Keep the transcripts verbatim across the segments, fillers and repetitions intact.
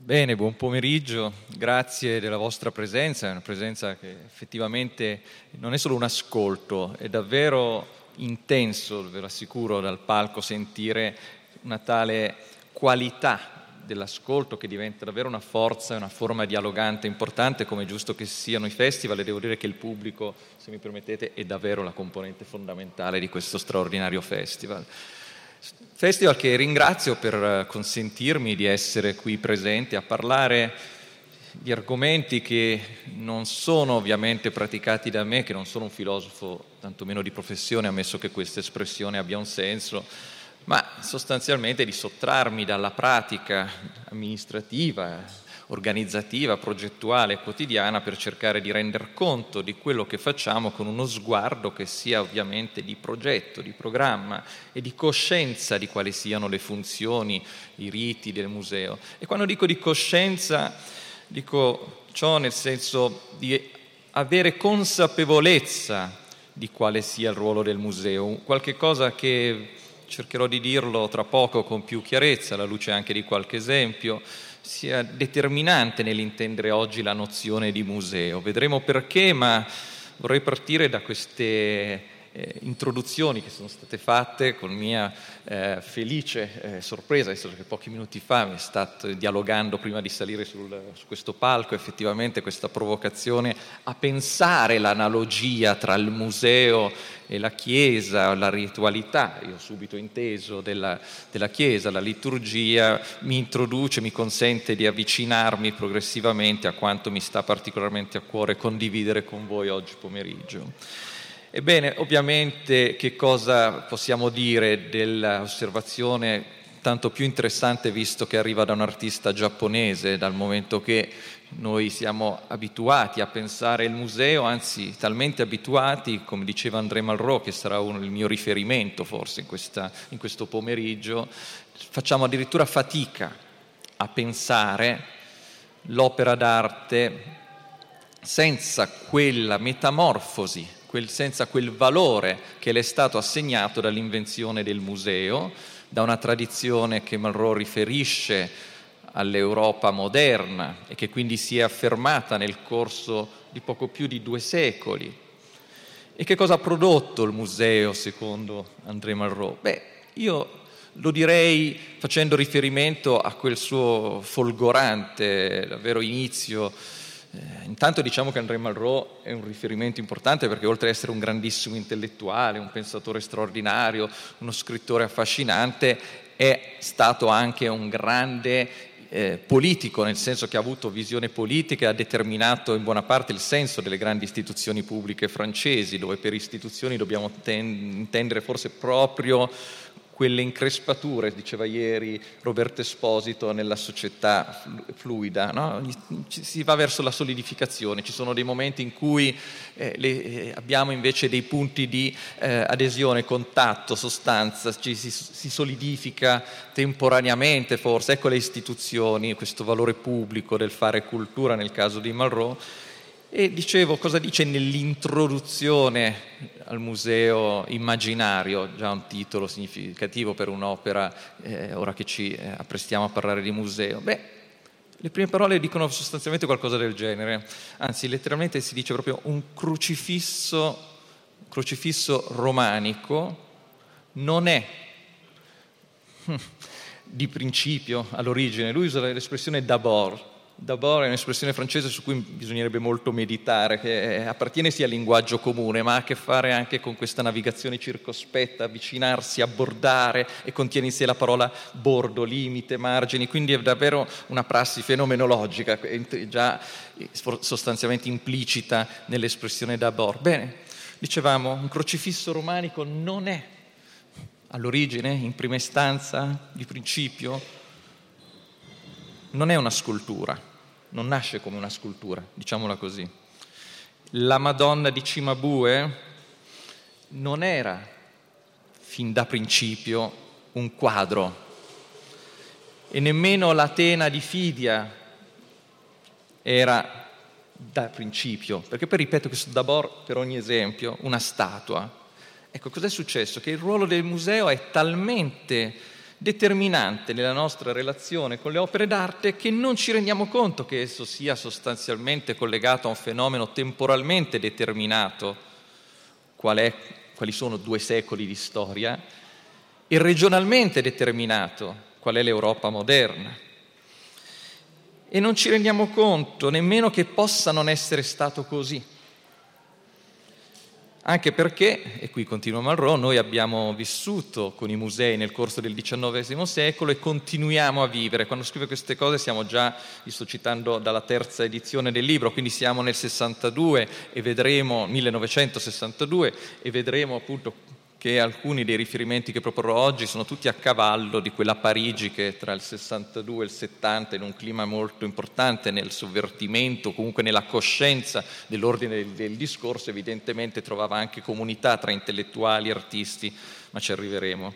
Bene, buon pomeriggio, grazie della vostra presenza, è una presenza che effettivamente non è solo un ascolto, è davvero intenso, ve lo assicuro, dal palco sentire una tale qualità dell'ascolto che diventa davvero una forza, una forma dialogante importante, come è giusto che siano i festival, e devo dire che il pubblico, se mi permettete, è davvero la componente fondamentale di questo straordinario festival. Festival che ringrazio per consentirmi di essere qui presente a parlare di argomenti che non sono ovviamente praticati da me, che non sono un filosofo tantomeno di professione, ammesso che questa espressione abbia un senso, ma sostanzialmente di sottrarmi dalla pratica amministrativa, organizzativa, progettuale, quotidiana, per cercare di render conto di quello che facciamo con uno sguardo che sia ovviamente di progetto, di programma e di coscienza di quali siano le funzioni, i riti del museo. E quando dico di coscienza, dico ciò nel senso di avere consapevolezza di quale sia il ruolo del museo, qualche cosa che cercherò di dirlo tra poco con più chiarezza, alla luce anche di qualche esempio, sia determinante nell'intendere oggi la nozione di museo. Vedremo perché, ma vorrei partire da queste eh, introduzioni che sono state fatte con mia eh, felice eh, sorpresa, visto che pochi minuti fa mi è stato dialogando prima di salire sul, su questo palco, effettivamente questa provocazione a pensare l'analogia tra il museo e la Chiesa, la ritualità, io ho subito inteso, della, della Chiesa, la liturgia, mi introduce, mi consente di avvicinarmi progressivamente a quanto mi sta particolarmente a cuore condividere con voi oggi pomeriggio. Ebbene, ovviamente che cosa possiamo dire dell'osservazione tanto più interessante visto che arriva da un artista giapponese, dal momento che noi siamo abituati a pensare il museo, anzi talmente abituati, come diceva André Malraux, che sarà uno, il mio riferimento forse in, questa, in questo pomeriggio, facciamo addirittura fatica a pensare l'opera d'arte senza quella metamorfosi, quel, senza quel valore che le è stato assegnato dall'invenzione del museo, da una tradizione che Malraux riferisce all'Europa moderna e che quindi si è affermata nel corso di poco più di due secoli. E che cosa ha prodotto il museo secondo André Malraux? Beh, io lo direi facendo riferimento a quel suo folgorante, davvero inizio. Eh, intanto diciamo che André Malraux è un riferimento importante perché oltre ad essere un grandissimo intellettuale, un pensatore straordinario, uno scrittore affascinante, è stato anche un grande eh, politico, nel senso che ha avuto visione politica e ha determinato in buona parte il senso delle grandi istituzioni pubbliche francesi, dove per istituzioni dobbiamo ten- intendere forse proprio quelle increspature, diceva ieri Roberto Esposito, nella società fluida, no? Si va verso la solidificazione, ci sono dei momenti in cui eh, le, eh, abbiamo invece dei punti di eh, adesione, contatto, sostanza, ci, si, si solidifica temporaneamente forse, ecco le istituzioni, questo valore pubblico del fare cultura nel caso di Malraux. E dicevo, cosa dice nell'introduzione al museo immaginario, già un titolo significativo per un'opera, eh, ora che ci eh, apprestiamo a parlare di museo? Beh, le prime parole dicono sostanzialmente qualcosa del genere, anzi letteralmente si dice proprio un crocifisso, crocifisso romanico non è di principio all'origine, lui usa l'espressione d'abord. D'abord è un'espressione francese su cui bisognerebbe molto meditare, che appartiene sia al linguaggio comune, ma ha a che fare anche con questa navigazione circospetta, avvicinarsi, abbordare, e contiene in sé la parola bordo, limite, margini, quindi è davvero una prassi fenomenologica, già sostanzialmente implicita nell'espressione d'abord. Bene, dicevamo, un crocifisso romanico non è all'origine, in prima istanza, di principio, non è una scultura. Non nasce come una scultura, diciamola così. La Madonna di Cimabue non era fin da principio un quadro e nemmeno l'Atena di Fidia era da principio, perché poi ripeto questo d'abord per ogni esempio, una statua. Ecco, cos'è successo? Che il ruolo del museo è talmente determinante nella nostra relazione con le opere d'arte è che non ci rendiamo conto che esso sia sostanzialmente collegato a un fenomeno temporalmente determinato, qual è, quali sono due secoli di storia, e regionalmente determinato, qual è l'Europa moderna. E non ci rendiamo conto nemmeno che possa non essere stato così. Anche perché, e qui continua Malraux, noi abbiamo vissuto con i musei nel corso del diciannovesimo secolo e continuiamo a vivere. Quando scrive queste cose siamo già, vi sto citando dalla terza edizione del libro, quindi siamo nel sessantadue e vedremo, millenovecentosessantadue, e vedremo appunto che alcuni dei riferimenti che proporrò oggi sono tutti a cavallo di quella Parigi che tra il sessantadue e il settanta, in un clima molto importante nel sovvertimento, comunque nella coscienza dell'ordine del, del discorso, evidentemente trovava anche comunità tra intellettuali e artisti, ma ci arriveremo.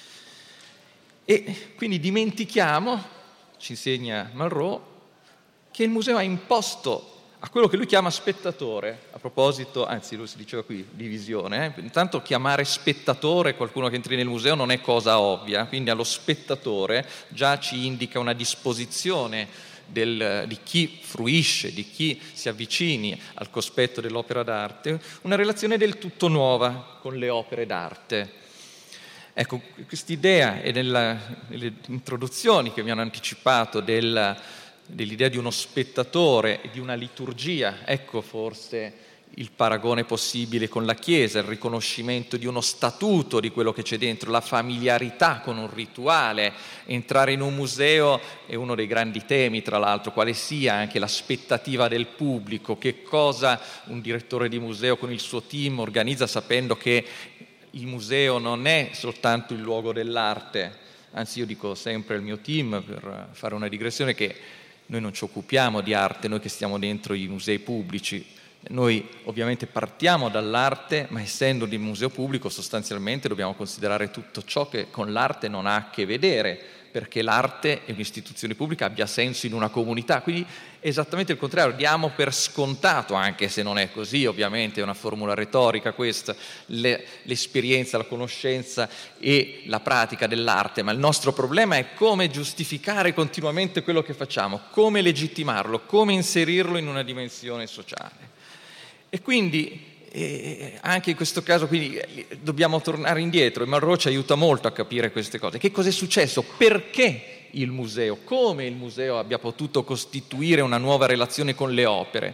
E quindi dimentichiamo, ci insegna Malraux, che il museo ha imposto a quello che lui chiama spettatore, a proposito, anzi lui si diceva qui, divisione, eh? Intanto chiamare spettatore qualcuno che entri nel museo non è cosa ovvia, quindi allo spettatore già ci indica una disposizione del, di chi fruisce, di chi si avvicini al cospetto dell'opera d'arte, una relazione del tutto nuova con le opere d'arte. Ecco, quest'idea e nella, nelle introduzioni che mi hanno anticipato del dell'idea di uno spettatore e di una liturgia, ecco forse il paragone possibile con la Chiesa, il riconoscimento di uno statuto di quello che c'è dentro, la familiarità con un rituale. Entrare in un museo è uno dei grandi temi, tra l'altro, quale sia anche l'aspettativa del pubblico, che cosa un direttore di museo con il suo team organizza sapendo che il museo non è soltanto il luogo dell'arte. Anzi, io dico sempre al mio team, per fare una digressione, che noi non ci occupiamo di arte, noi che stiamo dentro i musei pubblici. Noi ovviamente partiamo dall'arte, ma essendo di museo pubblico sostanzialmente dobbiamo considerare tutto ciò che con l'arte non ha a che vedere, perché l'arte e un'istituzione pubblica abbia senso in una comunità. Quindi esattamente il contrario, diamo per scontato, anche se non è così, ovviamente è una formula retorica questa, le, l'esperienza, la conoscenza e la pratica dell'arte, ma il nostro problema è come giustificare continuamente quello che facciamo, come legittimarlo, come inserirlo in una dimensione sociale. E quindi E anche in questo caso quindi dobbiamo tornare indietro e Malraux ci aiuta molto a capire queste cose. Che cosa è successo? Perché il museo? Come il museo abbia potuto costituire una nuova relazione con le opere?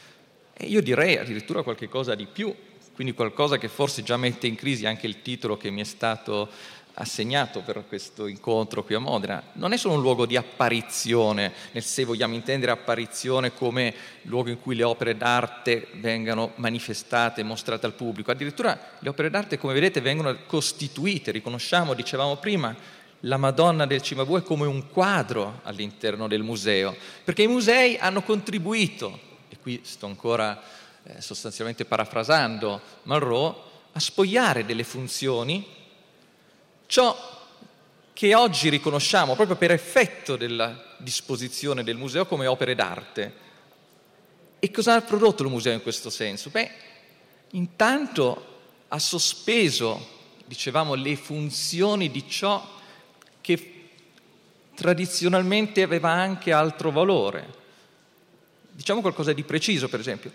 E io direi addirittura qualche cosa di più, quindi qualcosa che forse già mette in crisi anche il titolo che mi è stato assegnato per questo incontro qui a Modena. Non è solo un luogo di apparizione, se vogliamo intendere apparizione come luogo in cui le opere d'arte vengano manifestate, mostrate al pubblico. Addirittura le opere d'arte, come vedete, vengono costituite, riconosciamo, dicevamo prima, la Madonna del Cimabue come un quadro all'interno del museo, perché i musei hanno contribuito, e qui sto ancora eh, sostanzialmente parafrasando Malraux, a spogliare delle funzioni ciò che oggi riconosciamo proprio per effetto della disposizione del museo come opere d'arte. E cosa ha prodotto il museo in questo senso? Beh, intanto ha sospeso, dicevamo, le funzioni di ciò che tradizionalmente aveva anche altro valore. Diciamo qualcosa di preciso, per esempio.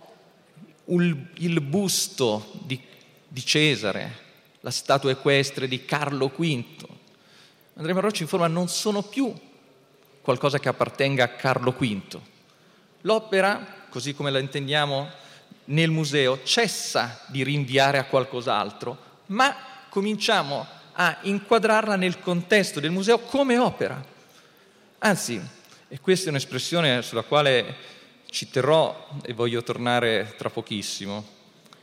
Il, il busto di, di Cesare, la statua equestre di Carlo quinto. Andrea Malraux ci informa non sono più qualcosa che appartenga a Carlo quinto. L'opera, così come la intendiamo nel museo, cessa di rinviare a qualcos'altro, ma cominciamo a inquadrarla nel contesto del museo come opera. Anzi, e questa è un'espressione sulla quale ci terrò e voglio tornare tra pochissimo,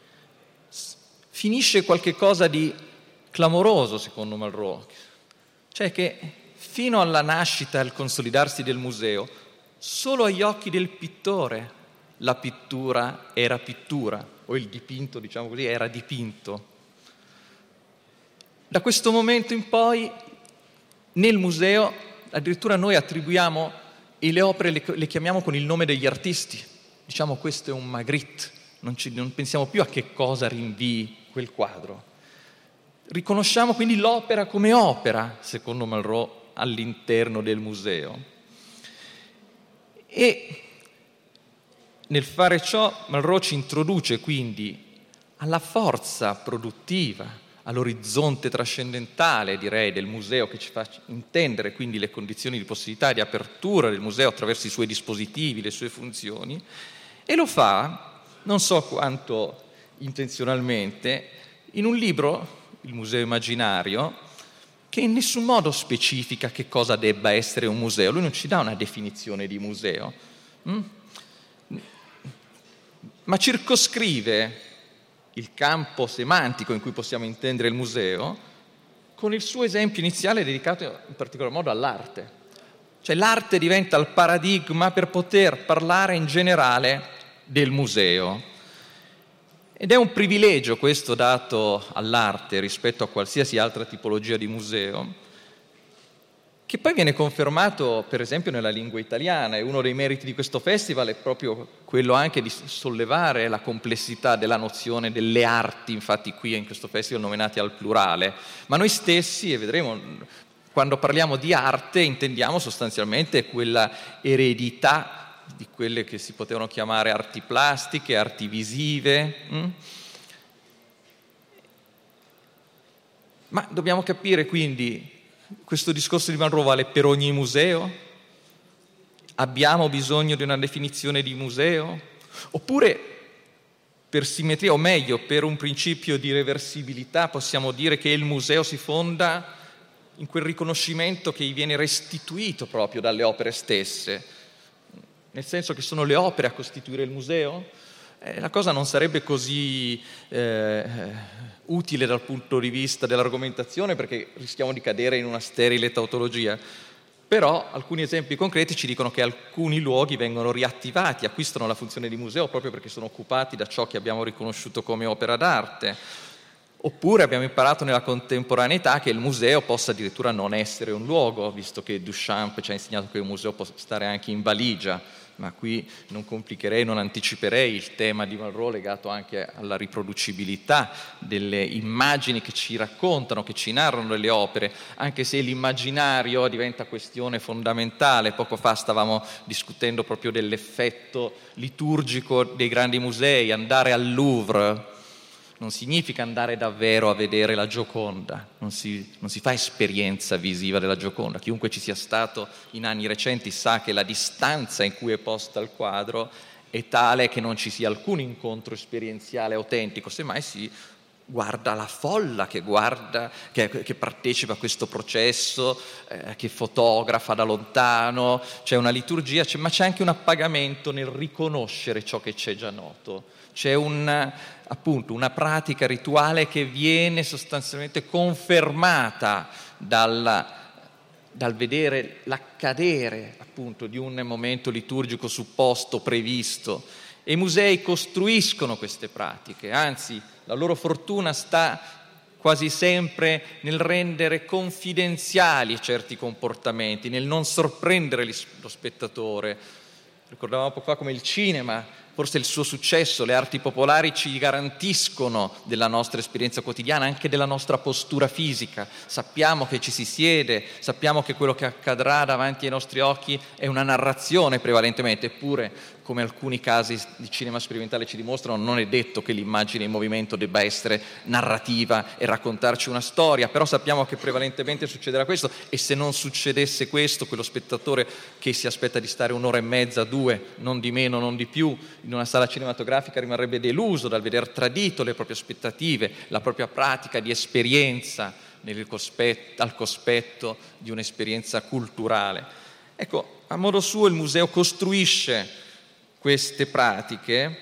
finisce qualche cosa di clamoroso, secondo Malraux, cioè che fino alla nascita e al consolidarsi del museo, solo agli occhi del pittore la pittura era pittura, o il dipinto, diciamo così, era dipinto. Da questo momento in poi, nel museo, addirittura noi attribuiamo e le opere le, le chiamiamo con il nome degli artisti. Diciamo questo è un Magritte, non, ci, non pensiamo più a che cosa rinvii quel quadro. riconosciamo quindi l'opera come opera, secondo Malraux, all'interno del museo. E nel fare ciò Malraux ci introduce quindi alla forza produttiva, all'orizzonte trascendentale, direi, del museo, che ci fa intendere quindi le condizioni di possibilità di apertura del museo attraverso i suoi dispositivi, le sue funzioni, e lo fa, non so quanto intenzionalmente, in un libro, Il Museo Immaginario, che in nessun modo specifica che cosa debba essere un museo. Lui non ci dà una definizione di museo, hm? ma circoscrive il campo semantico in cui possiamo intendere il museo con il suo esempio iniziale dedicato in particolar modo all'arte. Cioè l'arte diventa il paradigma per poter parlare in generale del museo. Ed è un privilegio questo dato all'arte rispetto a qualsiasi altra tipologia di museo, che poi viene confermato per esempio nella lingua italiana, e uno dei meriti di questo festival è proprio quello anche di sollevare la complessità della nozione delle arti, infatti qui in questo festival nominati al plurale, ma noi stessi, e vedremo, quando parliamo di arte intendiamo sostanzialmente quella eredità di quelle che si potevano chiamare arti plastiche, arti visive, hm? ma dobbiamo capire quindi, questo discorso di Malraux vale per ogni museo? Abbiamo bisogno di una definizione di museo? Oppure, per simmetria, o meglio, per un principio di reversibilità, possiamo dire che il museo si fonda in quel riconoscimento che gli viene restituito proprio dalle opere stesse, nel senso che sono le opere a costituire il museo? Eh, la cosa non sarebbe così eh, utile dal punto di vista dell'argomentazione, perché rischiamo di cadere in una sterile tautologia, però alcuni esempi concreti ci dicono che alcuni luoghi vengono riattivati, acquistano la funzione di museo proprio perché sono occupati da ciò che abbiamo riconosciuto come opera d'arte. Oppure abbiamo imparato nella contemporaneità che il museo possa addirittura non essere un luogo, visto che Duchamp ci ha insegnato che un museo può stare anche in valigia, ma qui non complicherei, non anticiperei il tema di Malraux legato anche alla riproducibilità delle immagini che ci raccontano, che ci narrano delle opere, anche se l'immaginario diventa questione fondamentale. Poco fa stavamo discutendo proprio dell'effetto liturgico dei grandi musei. Andare al Louvre non significa andare davvero a vedere la Gioconda, non si, non si fa esperienza visiva della Gioconda. Chiunque ci sia stato in anni recenti sa che la distanza in cui è posta il quadro è tale che non ci sia alcun incontro esperienziale autentico, semmai si guarda la folla che guarda, che, che partecipa a questo processo, eh, che fotografa da lontano. C'è una liturgia, c'è, ma c'è anche un appagamento nel riconoscere ciò che c'è già noto. C'è un, appunto, una pratica rituale che viene sostanzialmente confermata dal, dal vedere l'accadere appunto di un momento liturgico supposto, previsto. E i musei costruiscono queste pratiche, anzi la loro fortuna sta quasi sempre nel rendere confidenziali certi comportamenti, nel non sorprendere lo spettatore. Ricordavamo poco fa come il cinema, forse il suo successo, le arti popolari ci garantiscono della nostra esperienza quotidiana, anche della nostra postura fisica. Sappiamo che ci si siede, sappiamo che quello che accadrà davanti ai nostri occhi è una narrazione prevalentemente, eppure, come alcuni casi di cinema sperimentale ci dimostrano, non è detto che l'immagine in movimento debba essere narrativa e raccontarci una storia, però sappiamo che prevalentemente succederà questo, e se non succedesse questo, quello spettatore che si aspetta di stare un'ora e mezza, due, non di meno, non di più, in una sala cinematografica rimarrebbe deluso dal veder tradito le proprie aspettative, la propria pratica di esperienza nel cospetto, al cospetto di un'esperienza culturale. Ecco, a modo suo il museo costruisce queste pratiche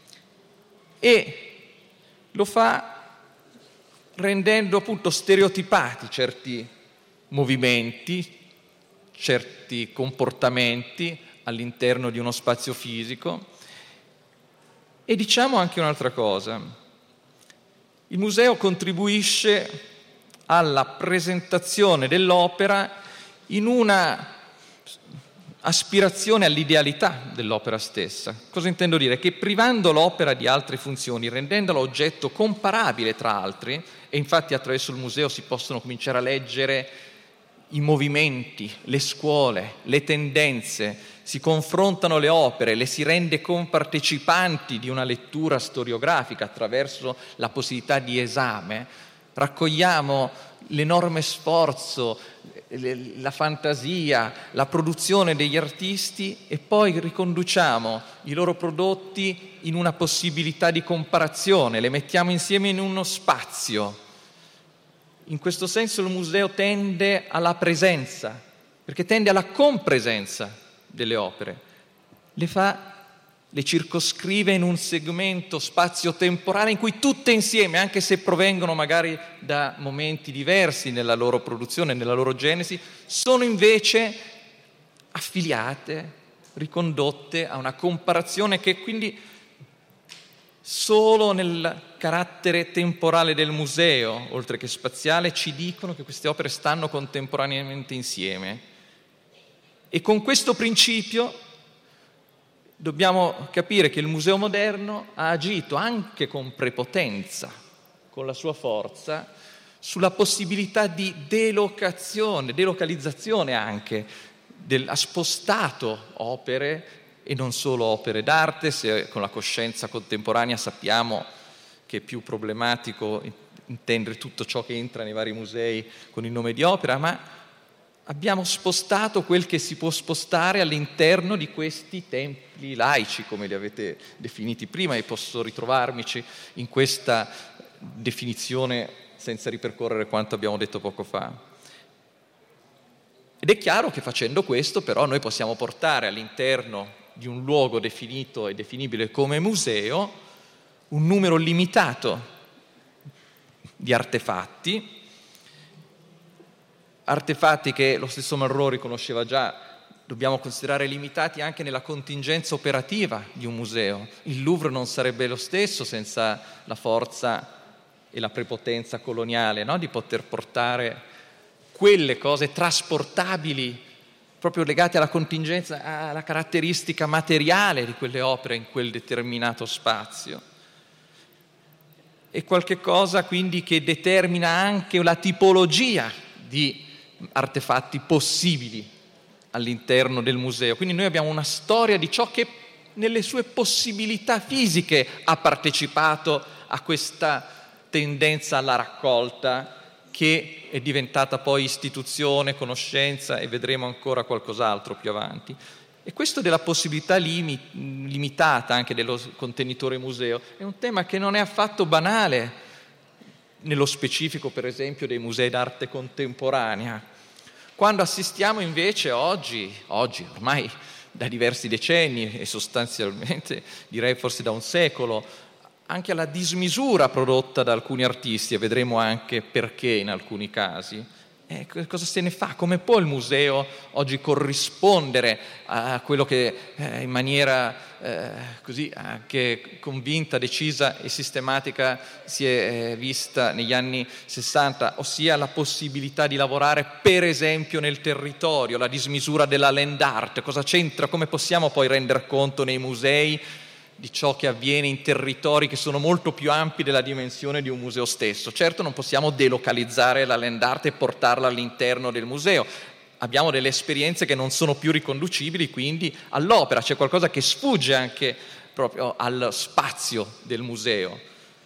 e lo fa rendendo appunto stereotipati certi movimenti, certi comportamenti all'interno di uno spazio fisico. E diciamo anche un'altra cosa: il museo contribuisce alla presentazione dell'opera in una aspirazione all'idealità dell'opera stessa. Cosa intendo dire? Che privando l'opera di altre funzioni, rendendola oggetto comparabile tra altri, e infatti attraverso il museo si possono cominciare a leggere i movimenti, le scuole, le tendenze, si confrontano le opere, le si rende compartecipanti di una lettura storiografica attraverso la possibilità di esame, raccogliamo l'enorme sforzo, la fantasia, la produzione degli artisti e poi riconduciamo i loro prodotti in una possibilità di comparazione, le mettiamo insieme in uno spazio. In questo senso il museo tende alla presenza, perché tende alla compresenza delle opere, le fa, le circoscrive in un segmento spazio-temporale in cui tutte insieme, anche se provengono magari da momenti diversi nella loro produzione, nella loro genesi, sono invece affiliate, ricondotte a una comparazione che quindi solo nel carattere temporale del museo, oltre che spaziale, ci dicono che queste opere stanno contemporaneamente insieme. E con questo principio dobbiamo capire che il museo moderno ha agito anche con prepotenza, con la sua forza, sulla possibilità di delocazione, delocalizzazione anche, del, ha spostato opere e non solo opere d'arte, se con la coscienza contemporanea sappiamo che è più problematico intendere tutto ciò che entra nei vari musei con il nome di opera, ma abbiamo spostato quel che si può spostare all'interno di questi templi laici, come li avete definiti prima, e posso ritrovarmici in questa definizione senza ripercorrere quanto abbiamo detto poco fa. Ed è chiaro che facendo questo però noi possiamo portare all'interno di un luogo definito e definibile come museo un numero limitato di artefatti, artefatti che lo stesso Malraux riconosceva già, dobbiamo considerare limitati anche nella contingenza operativa di un museo. Il Louvre non sarebbe lo stesso senza la forza e la prepotenza coloniale, no? Di poter portare quelle cose trasportabili proprio legate alla contingenza, alla caratteristica materiale di quelle opere in quel determinato spazio. È qualche cosa quindi che determina anche la tipologia di artefatti possibili all'interno del museo. Quindi noi abbiamo una storia di ciò che nelle sue possibilità fisiche ha partecipato a questa tendenza alla raccolta che è diventata poi istituzione, conoscenza e vedremo ancora qualcos'altro più avanti. E questo della possibilità limi- limitata anche dello contenitore museo è un tema che non è affatto banale nello specifico, per esempio, dei musei d'arte contemporanea. Quando assistiamo invece oggi, oggi ormai da diversi decenni e sostanzialmente direi forse da un secolo, anche alla dismisura prodotta da alcuni artisti, e vedremo anche perché in alcuni casi. Eh, cosa se ne fa? Come può il museo oggi corrispondere a quello che eh, in maniera eh, così anche convinta, decisa e sistematica si è eh, vista negli anni sessanta, ossia la possibilità di lavorare per esempio nel territorio, la dismisura della land art? Cosa c'entra? Come possiamo poi render conto nei musei di ciò che avviene in territori che sono molto più ampi della dimensione di un museo stesso? Certo non possiamo delocalizzare la land art e portarla all'interno del museo, abbiamo delle esperienze che non sono più riconducibili quindi all'opera, c'è qualcosa che sfugge anche proprio al spazio del museo.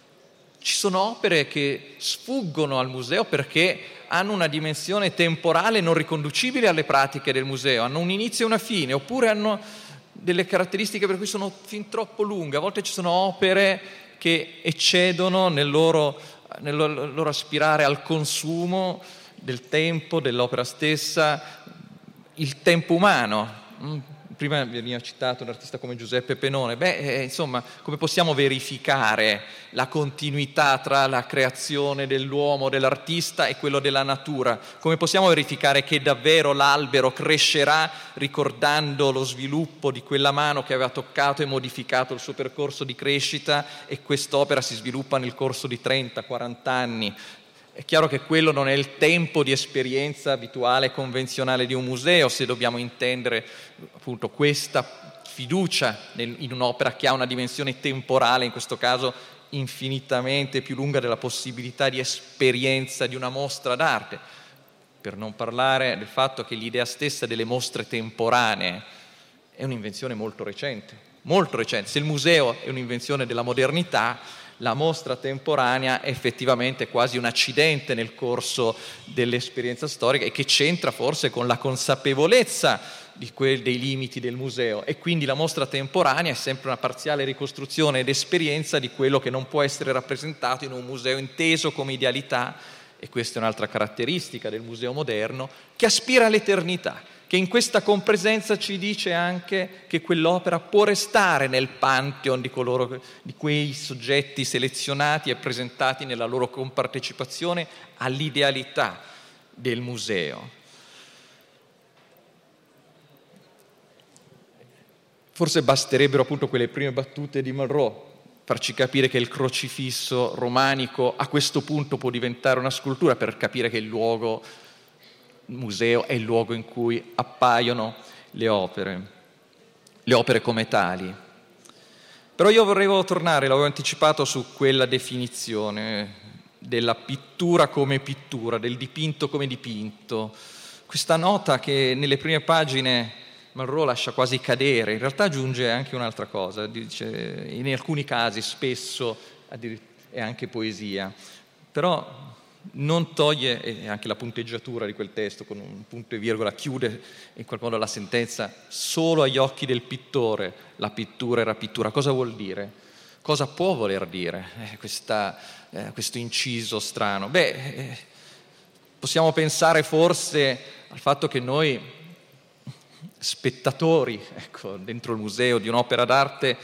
Ci sono opere che sfuggono al museo perché hanno una dimensione temporale non riconducibile alle pratiche del museo, hanno un inizio e una fine, oppure hanno delle caratteristiche per cui sono fin troppo lunghe. A volte ci sono opere che eccedono nel loro, nel loro aspirare al consumo del tempo, dell'opera stessa, il tempo umano. Prima veniva citato un artista come Giuseppe Penone. Beh, eh, insomma, come possiamo verificare la continuità tra la creazione dell'uomo, dell'artista e quello della natura? Come possiamo verificare che davvero l'albero crescerà ricordando lo sviluppo di quella mano che aveva toccato e modificato il suo percorso di crescita, e quest'opera si sviluppa nel corso di trenta quaranta anni? È chiaro che quello non è il tempo di esperienza abituale e convenzionale di un museo, se dobbiamo intendere appunto questa fiducia in un'opera che ha una dimensione temporale, in questo caso infinitamente più lunga della possibilità di esperienza di una mostra d'arte, per non parlare del fatto che l'idea stessa delle mostre temporanee è un'invenzione molto recente, molto recente. Se il museo è un'invenzione della modernità, la mostra temporanea è effettivamente quasi un accidente nel corso dell'esperienza storica e che c'entra forse con la consapevolezza di quel, dei limiti del museo, e quindi la mostra temporanea è sempre una parziale ricostruzione ed esperienza di quello che non può essere rappresentato in un museo inteso come idealità, e questa è un'altra caratteristica del museo moderno, che aspira all'eternità, che in questa compresenza ci dice anche che quell'opera può restare nel pantheon di coloro, di quei soggetti selezionati e presentati nella loro compartecipazione all'idealità del museo. Forse basterebbero appunto quelle prime battute di Malraux farci capire che il crocifisso romanico a questo punto può diventare una scultura, per capire che il luogo il museo è il luogo in cui appaiono le opere, le opere come tali. Però io vorrei tornare, l'avevo anticipato, su quella definizione della pittura come pittura, del dipinto come dipinto. Questa nota che nelle prime pagine Malraux lascia quasi cadere, in realtà aggiunge anche un'altra cosa, dice in alcuni casi spesso è anche poesia, però non toglie, e anche la punteggiatura di quel testo con un punto e virgola chiude in qualche modo la sentenza, solo agli occhi del pittore la pittura era pittura. Cosa vuol dire? Cosa può voler dire eh, questa, eh, questo inciso strano? Beh, eh, possiamo pensare forse al fatto che noi spettatori, ecco, dentro il museo di un'opera d'arte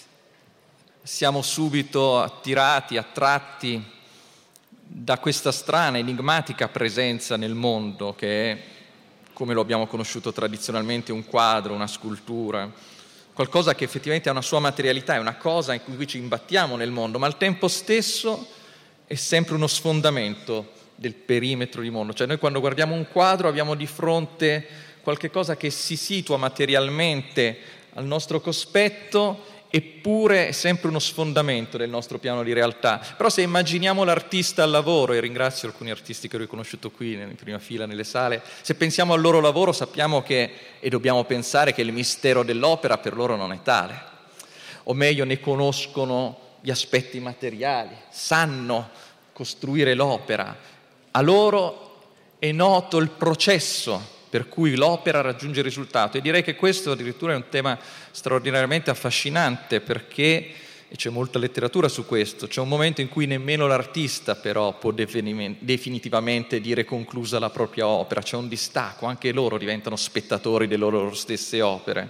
siamo subito attirati, attratti da questa strana, enigmatica presenza nel mondo che è, come lo abbiamo conosciuto tradizionalmente, un quadro, una scultura, qualcosa che effettivamente ha una sua materialità, è una cosa in cui ci imbattiamo nel mondo, ma al tempo stesso è sempre uno sfondamento del perimetro di mondo. Cioè noi quando guardiamo un quadro abbiamo di fronte qualche cosa che si situa materialmente al nostro cospetto, eppure è sempre uno sfondamento del nostro piano di realtà. Però se immaginiamo l'artista al lavoro, e ringrazio alcuni artisti che ho riconosciuto qui in prima fila nelle sale, se pensiamo al loro lavoro sappiamo che, e dobbiamo pensare che il mistero dell'opera per loro non è tale, o meglio ne conoscono gli aspetti materiali, sanno costruire l'opera, a loro è noto il processo per cui l'opera raggiunge il risultato, e direi che questo addirittura è un tema straordinariamente affascinante, perché, e c'è molta letteratura su questo, c'è un momento in cui nemmeno l'artista però può definitivamente dire conclusa la propria opera, c'è un distacco, anche loro diventano spettatori delle loro stesse opere.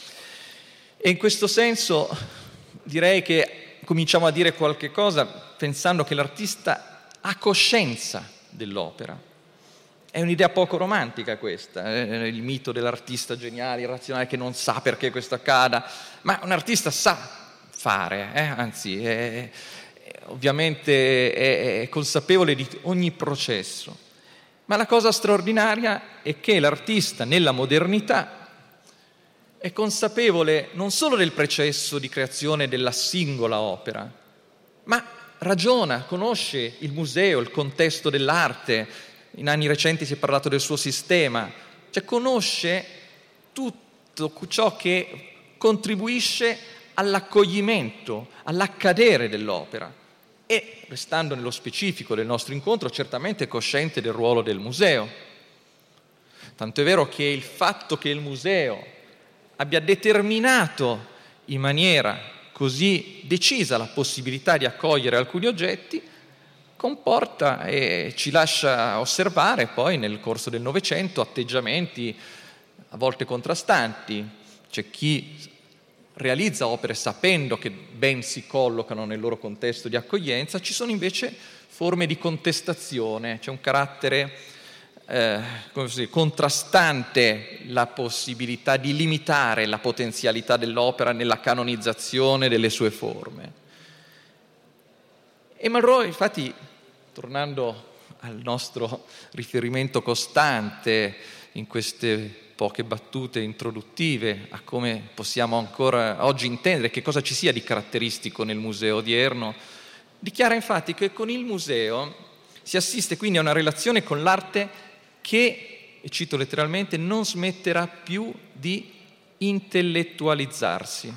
E in questo senso direi che cominciamo a dire qualche cosa pensando che l'artista ha coscienza dell'opera. È un'idea poco romantica questa, eh? Il mito dell'artista geniale, irrazionale, che non sa perché questo accada, ma un artista sa fare, eh? Anzi, è, è, ovviamente è, è consapevole di ogni processo. Ma la cosa straordinaria è che l'artista nella modernità è consapevole non solo del processo di creazione della singola opera, ma ragiona, conosce il museo, il contesto dell'arte. In anni recenti si è parlato del suo sistema, cioè conosce tutto ciò che contribuisce all'accoglimento, all'accadere dell'opera, e, restando nello specifico del nostro incontro, certamente è cosciente del ruolo del museo. Tanto è vero che il fatto che il museo abbia determinato in maniera così decisa la possibilità di accogliere alcuni oggetti comporta e ci lascia osservare poi nel corso del Novecento atteggiamenti a volte contrastanti. C'è chi realizza opere sapendo che ben si collocano nel loro contesto di accoglienza, ci sono invece forme di contestazione, c'è un carattere eh, come si dice, contrastante la possibilità di limitare la potenzialità dell'opera nella canonizzazione delle sue forme. E Malraux, infatti, tornando al nostro riferimento costante in queste poche battute introduttive a come possiamo ancora oggi intendere che cosa ci sia di caratteristico nel museo odierno, dichiara infatti che con il museo si assiste quindi a una relazione con l'arte che, e cito letteralmente, non smetterà più di intellettualizzarsi.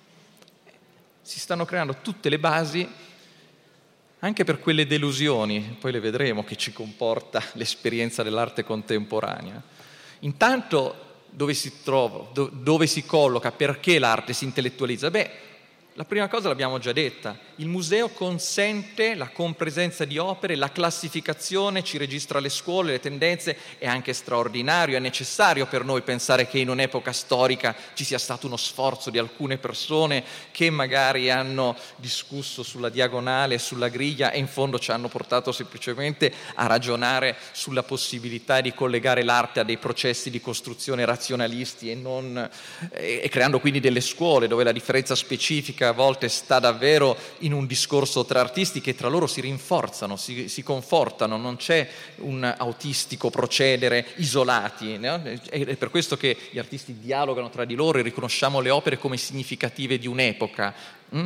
Si stanno creando tutte le basi anche per quelle delusioni, poi le vedremo, che ci comporta l'esperienza dell'arte contemporanea. Intanto dove si trova, do, dove si colloca, perché l'arte si intellettualizza? Beh, la prima cosa l'abbiamo già detta, il museo consente la compresenza di opere, la classificazione, ci registra le scuole, le tendenze, è anche straordinario, è necessario per noi pensare che in un'epoca storica ci sia stato uno sforzo di alcune persone che magari hanno discusso sulla diagonale, sulla griglia e in fondo ci hanno portato semplicemente a ragionare sulla possibilità di collegare l'arte a dei processi di costruzione razionalisti e, non, e, e creando quindi delle scuole dove la differenza specifica a volte sta davvero in un discorso tra artisti che tra loro si rinforzano, si, si confortano, non c'è un autistico procedere isolati, no? È per questo che gli artisti dialogano tra di loro e riconosciamo le opere come significative di un'epoca. Mm?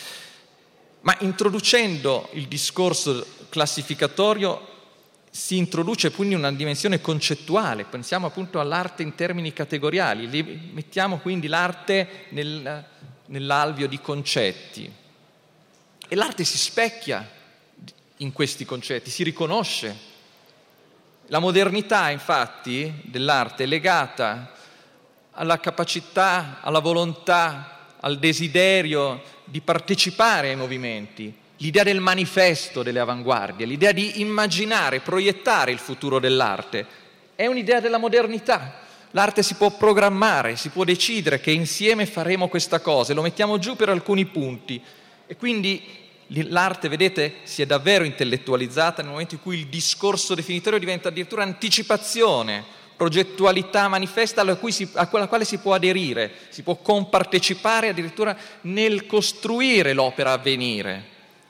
Ma introducendo il discorso classificatorio si introduce quindi una dimensione concettuale, pensiamo appunto all'arte in termini categoriali, mettiamo quindi l'arte nel nell'alveo di concetti e l'arte si specchia in questi concetti, si riconosce. La modernità infatti dell'arte è legata alla capacità, alla volontà, al desiderio di partecipare ai movimenti, l'idea del manifesto delle avanguardie, l'idea di immaginare, proiettare il futuro dell'arte è un'idea della modernità. L'arte si può programmare, si può decidere che insieme faremo questa cosa e lo mettiamo giù per alcuni punti e quindi l'arte, vedete, si è davvero intellettualizzata nel momento in cui il discorso definitorio diventa addirittura anticipazione, progettualità manifesta alla, cui si, alla quale si può aderire, si può compartecipare addirittura nel costruire l'opera a venire.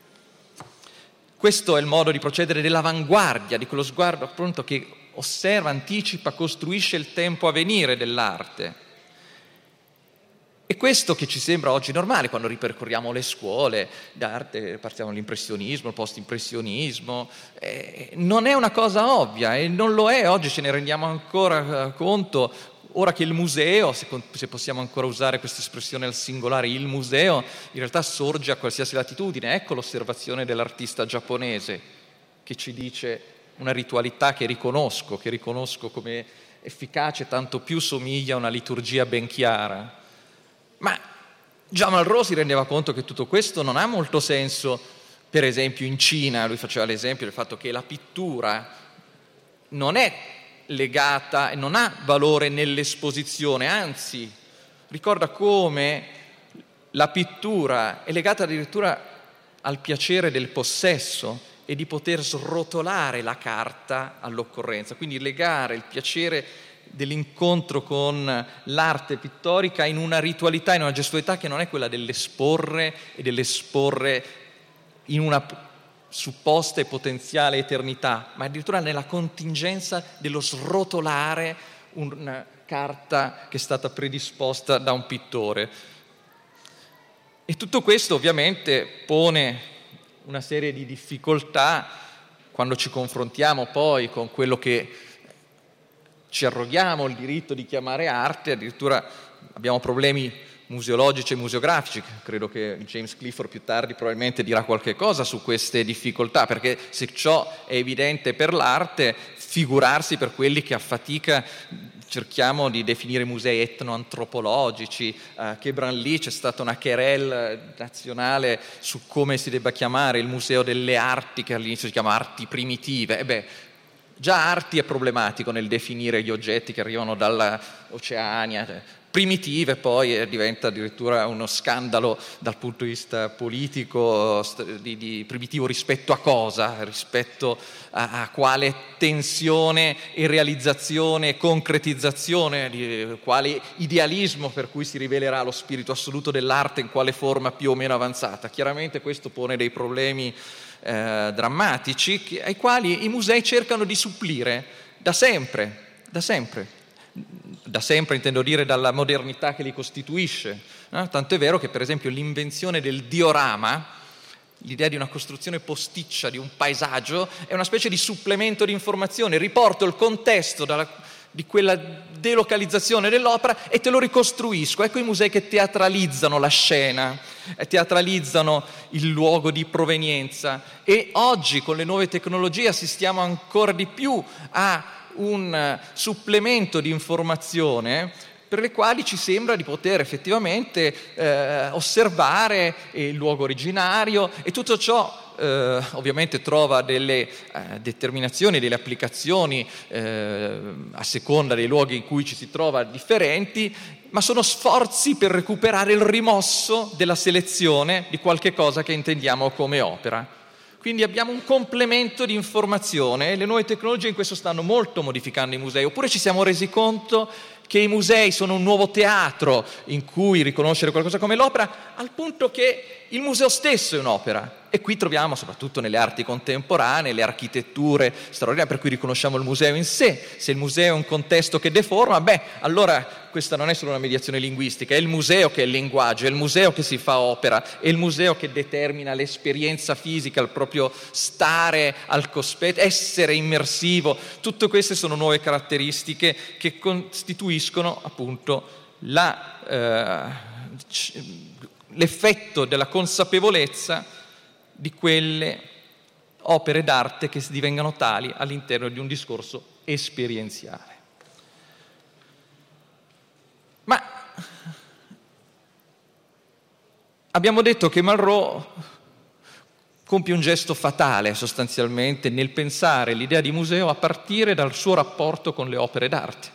Questo è il modo di procedere dell'avanguardia, di quello sguardo appunto che osserva, anticipa, costruisce il tempo a venire dell'arte. E questo che ci sembra oggi normale quando ripercorriamo le scuole d'arte, partiamo dall'impressionismo, il post-impressionismo, eh, non è una cosa ovvia e non lo è, oggi ce ne rendiamo ancora eh, conto, ora che il museo, se, se possiamo ancora usare questa espressione al singolare, il museo in realtà sorge a qualsiasi latitudine. Ecco l'osservazione dell'artista giapponese che ci dice una ritualità che riconosco, che riconosco come efficace, tanto più somiglia a una liturgia ben chiara. Ma già Malraux si rendeva conto che tutto questo non ha molto senso, per esempio in Cina, lui faceva l'esempio del fatto che la pittura non è legata e non ha valore nell'esposizione, anzi ricorda come la pittura è legata addirittura al piacere del possesso e di poter srotolare la carta all'occorrenza, quindi legare il piacere dell'incontro con l'arte pittorica in una ritualità, in una gestualità che non è quella dell'esporre e dell'esporre in una supposta e potenziale eternità, ma addirittura nella contingenza dello srotolare una carta che è stata predisposta da un pittore. E tutto questo ovviamente pone una serie di difficoltà quando ci confrontiamo poi con quello che ci arroghiamo il diritto di chiamare arte, addirittura abbiamo problemi museologici e museografici. Credo che James Clifford più tardi probabilmente dirà qualche cosa su queste difficoltà, perché se ciò è evidente per l'arte, figurarsi per quelli che a fatica cerchiamo di definire musei etnoantropologici. A Quebranly c'è stata una querelle nazionale su come si debba chiamare il Museo delle Arti, che all'inizio si chiama Arti Primitive. E beh, già arti è problematico nel definire gli oggetti che arrivano dall'Oceania, primitive, poi eh, diventa addirittura uno scandalo dal punto di vista politico, st- di, di primitivo rispetto a cosa? Rispetto a, a quale tensione e realizzazione e concretizzazione, di quale idealismo per cui si rivelerà lo spirito assoluto dell'arte, in quale forma più o meno avanzata. Chiaramente questo pone dei problemi eh, drammatici che, ai quali i musei cercano di supplire da sempre, da sempre. Da sempre intendo dire dalla modernità che li costituisce, no? Tanto è vero che per esempio l'invenzione del diorama, l'idea di una costruzione posticcia di un paesaggio, è una specie di supplemento di informazione, riporto il contesto dalla, di quella delocalizzazione dell'opera e te lo ricostruisco. Ecco i musei che teatralizzano la scena, teatralizzano il luogo di provenienza, e oggi con le nuove tecnologie assistiamo ancora di più a un supplemento di informazione per le quali ci sembra di poter effettivamente eh, osservare il luogo originario, e tutto ciò eh, ovviamente trova delle eh, determinazioni, delle applicazioni eh, a seconda dei luoghi in cui ci si trova differenti, ma sono sforzi per recuperare il rimosso della selezione di qualche cosa che intendiamo come opera. Quindi abbiamo un complemento di informazione e le nuove tecnologie in questo stanno molto modificando i musei. Oppure ci siamo resi conto che i musei sono un nuovo teatro in cui riconoscere qualcosa come l'opera, al punto che il museo stesso è un'opera. E qui troviamo, soprattutto nelle arti contemporanee, le architetture straordinarie per cui riconosciamo il museo in sé. Se il museo è un contesto che deforma, beh, allora questa non è solo una mediazione linguistica, è il museo che è il linguaggio, è il museo che si fa opera, è il museo che determina l'esperienza fisica, il proprio stare al cospetto, essere immersivo. Tutte queste sono nuove caratteristiche che costituiscono appunto la, eh, l'effetto della consapevolezza di quelle opere d'arte che divengano tali all'interno di un discorso esperienziale. Ma abbiamo detto che Malraux compie un gesto fatale sostanzialmente nel pensare l'idea di museo a partire dal suo rapporto con le opere d'arte.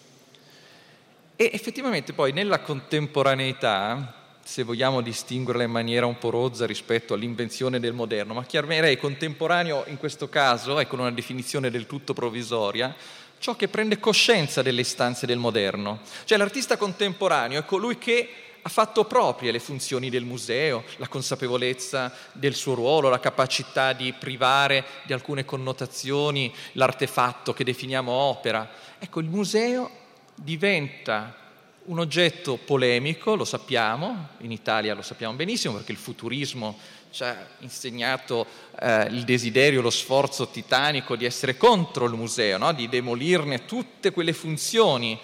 E effettivamente poi nella contemporaneità, se vogliamo distinguerla in maniera un po' rozza rispetto all'invenzione del moderno, ma chiamerei contemporaneo in questo caso, e con una definizione del tutto provvisoria, ciò che prende coscienza delle istanze del moderno. Cioè l'artista contemporaneo è colui che ha fatto proprie le funzioni del museo, la consapevolezza del suo ruolo, la capacità di privare di alcune connotazioni l'artefatto che definiamo opera. Ecco, il museo diventa un oggetto polemico, lo sappiamo, in Italia lo sappiamo benissimo perché il futurismo ci ha insegnato eh, il desiderio, lo sforzo titanico di essere contro il museo, no? Di demolirne tutte quelle funzioni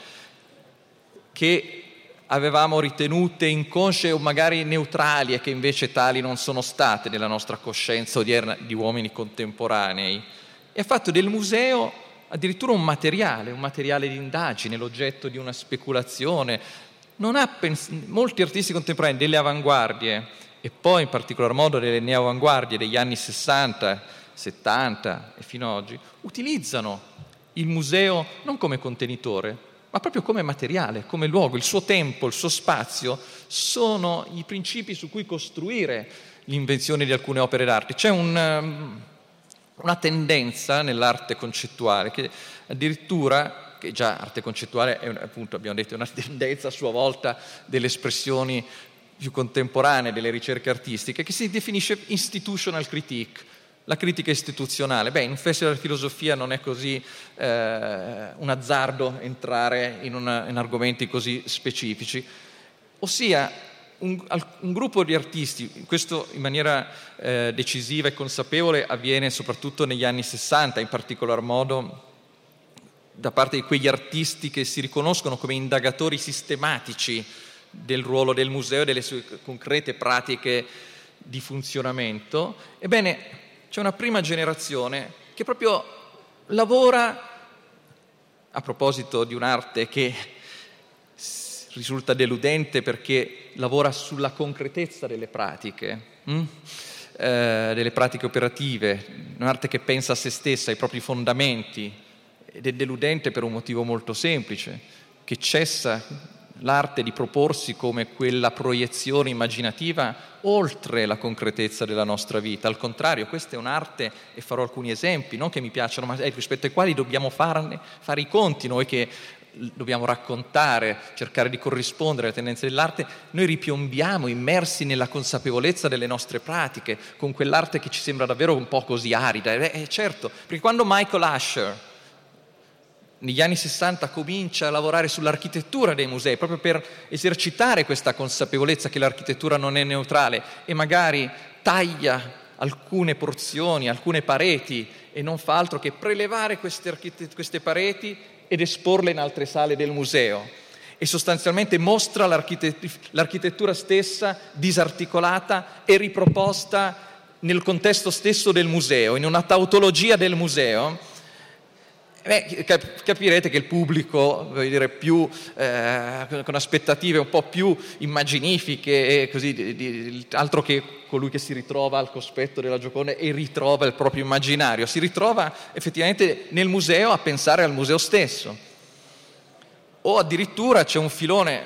che avevamo ritenute inconsce o magari neutrali e che invece tali non sono state nella nostra coscienza odierna di uomini contemporanei, e ha fatto del museo addirittura un materiale, un materiale di indagine, l'oggetto di una speculazione. Non ha pens- molti artisti contemporanei delle avanguardie, e poi in particolar modo delle neoavanguardie degli anni sessanta, settanta e fino ad oggi, utilizzano il museo non come contenitore, ma proprio come materiale, come luogo. Il suo tempo, il suo spazio sono i principi su cui costruire l'invenzione di alcune opere d'arte. C'è un... una tendenza nell'arte concettuale che addirittura, che già arte concettuale è appunto, abbiamo detto, una tendenza a sua volta delle espressioni più contemporanee delle ricerche artistiche, che si definisce institutional critique, la critica istituzionale. Beh, in un festival di filosofia non è così eh, un azzardo entrare in, una, in argomenti così specifici, ossia Un, un gruppo di artisti, questo in maniera eh, decisiva e consapevole avviene soprattutto negli anni sessanta, in particolar modo da parte di quegli artisti che si riconoscono come indagatori sistematici del ruolo del museo e delle sue concrete pratiche di funzionamento. Ebbene, c'è una prima generazione che proprio lavora, a proposito di un'arte che risulta deludente perché lavora sulla concretezza delle pratiche, hm? eh, delle pratiche operative, un'arte che pensa a se stessa, ai propri fondamenti, ed è deludente per un motivo molto semplice, che cessa l'arte di proporsi come quella proiezione immaginativa oltre la concretezza della nostra vita. Al contrario, questa è un'arte, e farò alcuni esempi, non che mi piacciono, ma rispetto ai quali dobbiamo farne, fare i conti, noi che dobbiamo raccontare, cercare di corrispondere alle tendenze dell'arte. Noi ripiombiamo immersi nella consapevolezza delle nostre pratiche, con quell'arte che ci sembra davvero un po' così arida. Eh, certo, perché quando Michael Asher negli anni sessanta comincia a lavorare sull'architettura dei musei, proprio per esercitare questa consapevolezza che l'architettura non è neutrale, e magari taglia alcune porzioni, alcune pareti, e non fa altro che prelevare queste, archite- queste pareti ed esporle in altre sale del museo, e sostanzialmente mostra l'architet- l'architettura stessa disarticolata e riproposta nel contesto stesso del museo, in una tautologia del museo. Beh, capirete che il pubblico, voglio dire, più eh, con aspettative un po' più immaginifiche e così, di, di, altro che colui che si ritrova al cospetto della Gioconda e ritrova il proprio immaginario, si ritrova effettivamente nel museo a pensare al museo stesso. O addirittura c'è un filone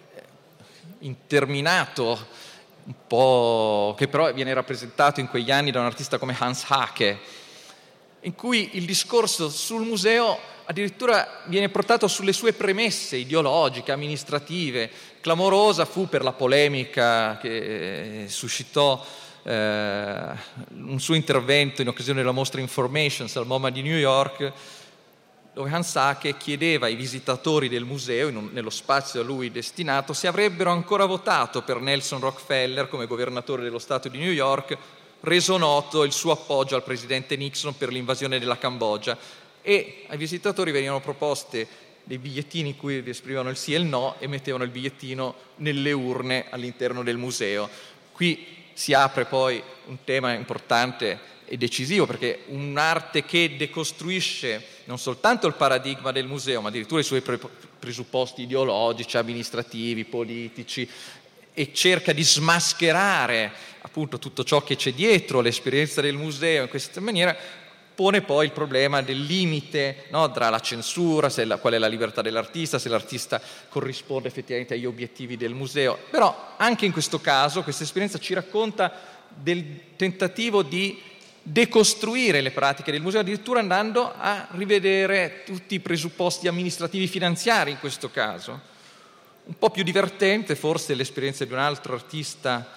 interminato, un po' che però viene rappresentato in quegli anni da un artista come Hans Haacke, in cui il discorso sul museo addirittura viene portato sulle sue premesse ideologiche, amministrative. Clamorosa fu per la polemica che suscitò eh, un suo intervento in occasione della mostra Informations al MoMA di New York, dove Hans Haacke chiedeva ai visitatori del museo, in un, nello spazio a lui destinato, se avrebbero ancora votato per Nelson Rockefeller come governatore dello Stato di New York, reso noto il suo appoggio al presidente Nixon per l'invasione della Cambogia, e ai visitatori venivano proposte dei bigliettini in cui esprimevano il sì e il no e mettevano il bigliettino nelle urne all'interno del museo. Qui si apre poi un tema importante e decisivo, perché un'arte che decostruisce non soltanto il paradigma del museo, ma addirittura i suoi presupposti ideologici, amministrativi, politici, e cerca di smascherare appunto tutto ciò che c'è dietro l'esperienza del museo in questa maniera, pone poi il problema del limite, no, tra la censura, se la, qual è la libertà dell'artista, se l'artista corrisponde effettivamente agli obiettivi del museo. Però anche in questo caso questa esperienza ci racconta del tentativo di decostruire le pratiche del museo, addirittura andando a rivedere tutti i presupposti amministrativi finanziari in questo caso. Un po' più divertente forse l'esperienza di un altro artista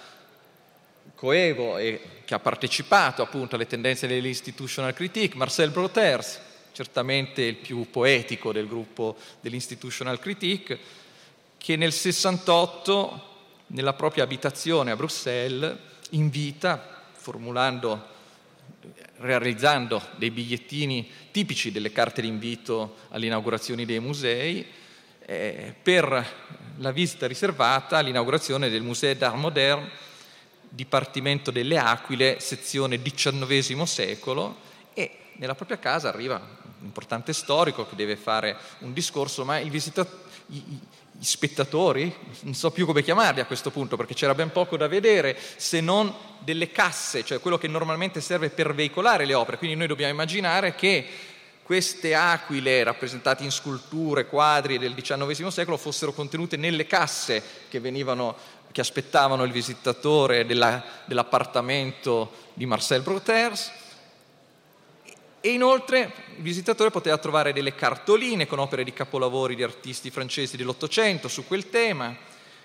coevo e che ha partecipato appunto alle tendenze dell'Institutional Critique, Marcel Brothers, certamente il più poetico del gruppo dell'Institutional Critique, che nel sessantotto, nella propria abitazione a Bruxelles, invita, formulando, realizzando dei bigliettini tipici delle carte d'invito alle inaugurazioni dei musei, eh, per la visita riservata all'inaugurazione del Musée d'Art Moderne, Dipartimento delle Aquile, sezione diciannovesimo secolo, e nella propria casa arriva un importante storico che deve fare un discorso, ma il visitatore, i, i spettatori, non so più come chiamarli a questo punto, perché c'era ben poco da vedere, se non delle casse, cioè quello che normalmente serve per veicolare le opere. Quindi noi dobbiamo immaginare che queste aquile, rappresentate in sculture, quadri del diciannovesimo secolo, fossero contenute nelle casse che venivano, che aspettavano il visitatore della, dell'appartamento di Marcel Brothers, e inoltre il visitatore poteva trovare delle cartoline con opere di capolavori di artisti francesi dell'Ottocento su quel tema.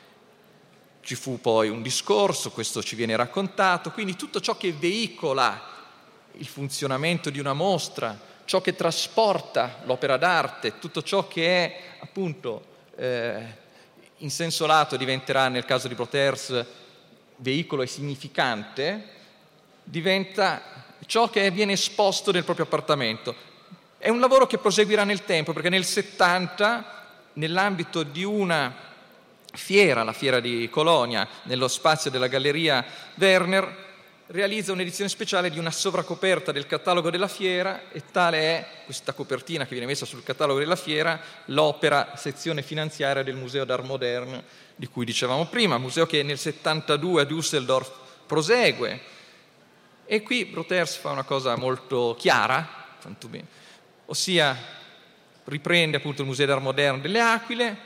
Ci fu poi un discorso, questo ci viene raccontato, quindi tutto ciò che veicola il funzionamento di una mostra, ciò che trasporta l'opera d'arte, tutto ciò che è appunto eh, in senso lato diventerà, nel caso di Brothers, veicolo e significante, diventa ciò che viene esposto nel proprio appartamento. È un lavoro che proseguirà nel tempo, perché nel settanta, nell'ambito di una fiera, la fiera di Colonia, nello spazio della Galleria Werner, realizza un'edizione speciale di una sovracoperta del catalogo della fiera, e tale è questa copertina che viene messa sul catalogo della fiera, l'opera sezione finanziaria del Museo d'Art Moderne di cui dicevamo prima, museo che nel settantadue a Düsseldorf prosegue. E qui Brothers fa una cosa molto chiara, ossia riprende appunto il Museo d'Art Moderne delle Aquile,